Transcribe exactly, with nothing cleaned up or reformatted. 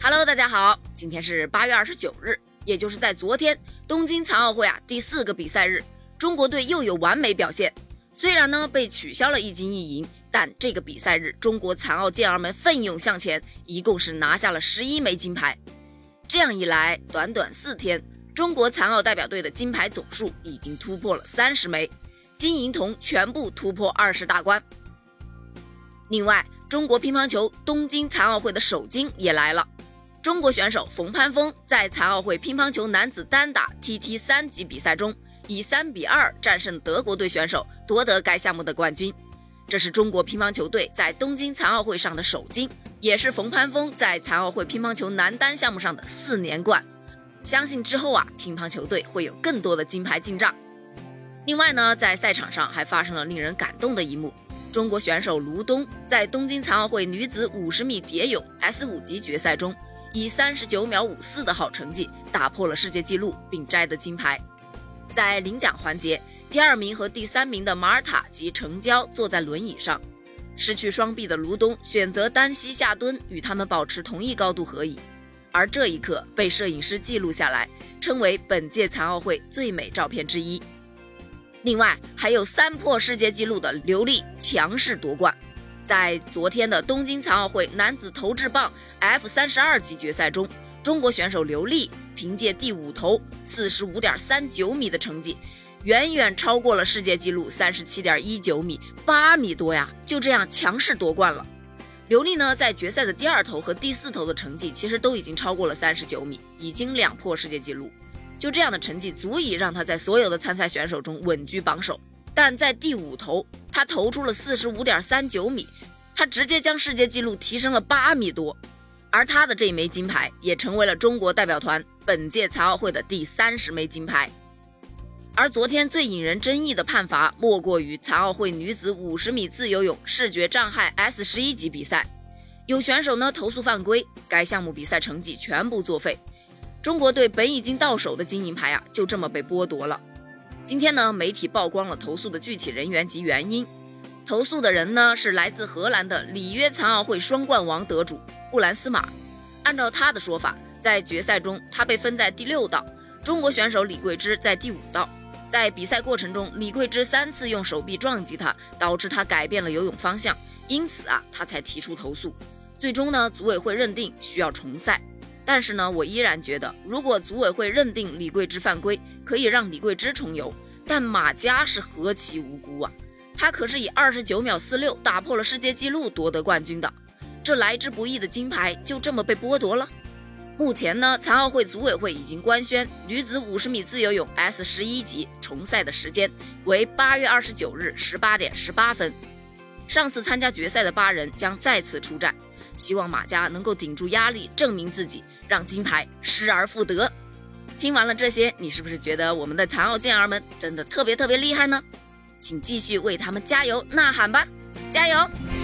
Hello， 大家好，今天是八月二十九日，也就是在昨天，东京残奥会啊第四个比赛日，中国队又有完美表现。虽然呢被取消了一金一银，但这个比赛日中国残奥健儿们奋勇向前，一共是拿下了十一枚金牌。这样一来，短短四天，中国残奥代表队的金牌总数已经突破了三十枚，金银铜全部突破二十大关。另外，中国乒乓球东京残奥会的首金也来了。中国选手冯潘峰在残奥会乒乓球男子单打 T T 三级比赛中，以三比二战胜德国队选手，夺得该项目的冠军。这是中国乒乓球队在东京残奥会上的首金，也是冯潘峰在残奥会乒乓球男单项目上的四连冠。相信之后啊，乒乓球队会有更多的金牌进账。另外呢，在赛场上还发生了令人感动的一幕。中国选手卢冬在东京残奥会女子五十米蝶泳 S 五 级决赛中，以三十九秒五四的好成绩打破了世界纪录，并摘得金牌。在领奖环节，第二名和第三名的马尔塔及程娇坐在轮椅上，失去双臂的卢冬选择单膝下蹲，与他们保持同一高度合影，而这一刻被摄影师记录下来，称为本届残奥会最美照片之一。另外还有三破世界纪录的刘丽强势夺冠。在昨天的东京残奥会男子投掷棒 F 三十二 级决赛中，中国选手刘丽凭借第五投 四十五点三九米的成绩，远远超过了世界纪录 三十七点一九米，八米多呀，就这样强势夺冠了。刘丽呢，在决赛的第二投和第四投的成绩其实都已经超过了三十九米，已经两破世界纪录。就这样的成绩足以让他在所有的参赛选手中稳居榜首，但在第五投他投出了 四十五点三九米，他直接将世界纪录提升了八米多。而他的这一枚金牌也成为了中国代表团本届残奥会的第三十枚金牌。而昨天最引人争议的判罚莫过于残奥会女子五十米自由泳视觉障碍 S 十一 级比赛，有选手呢投诉犯规，该项目比赛成绩全部作废。中国队本已经到手的金银牌啊，就这么被剥夺了。今天呢，媒体曝光了投诉的具体人员及原因。投诉的人呢是来自荷兰的里约残奥会双冠王得主布兰斯马。按照他的说法，在决赛中他被分在第六道，中国选手李桂芝在第五道。在比赛过程中，李桂芝三次用手臂撞击他，导致他改变了游泳方向，因此啊，他才提出投诉。最终呢，组委会认定需要重赛。但是呢，我依然觉得，如果组委会认定李桂芝犯规，可以让李桂芝重游，但马佳是何其无辜啊！他可是以二十九秒四六打破了世界纪录夺得冠军的，这来之不易的金牌就这么被剥夺了。目前呢，残奥会组委会已经官宣女子五十米自由泳 S 十一 级重赛的时间为八月二十九日十八点十八分。上次参加决赛的八人将再次出战，希望马佳能够顶住压力，证明自己，让金牌失而复得。听完了这些，你是不是觉得我们的残奥健儿们真的特别特别厉害呢？请继续为他们加油呐喊吧，加油！